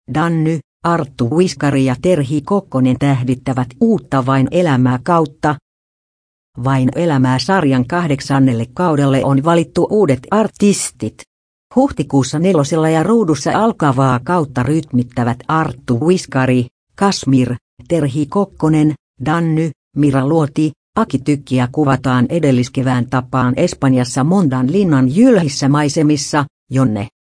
Danny, Arttu Viskari ja Terhi Kokkonen tähdittävät uutta Vain elämää kautta. Vain elämää sarjan 8. kaudelle on valittu uudet artistit. Huhtikuussa 4. ja ruudussa alkavaa kautta rytmittävät Arttu Viskari, Kasmir, Terhi Kokkonen, Danny, Mira Luoti, Aki Tykki ja kuvataan edelliskevään tapaan Espanjassa Mondan linnan jylhissä maisemissa, jonne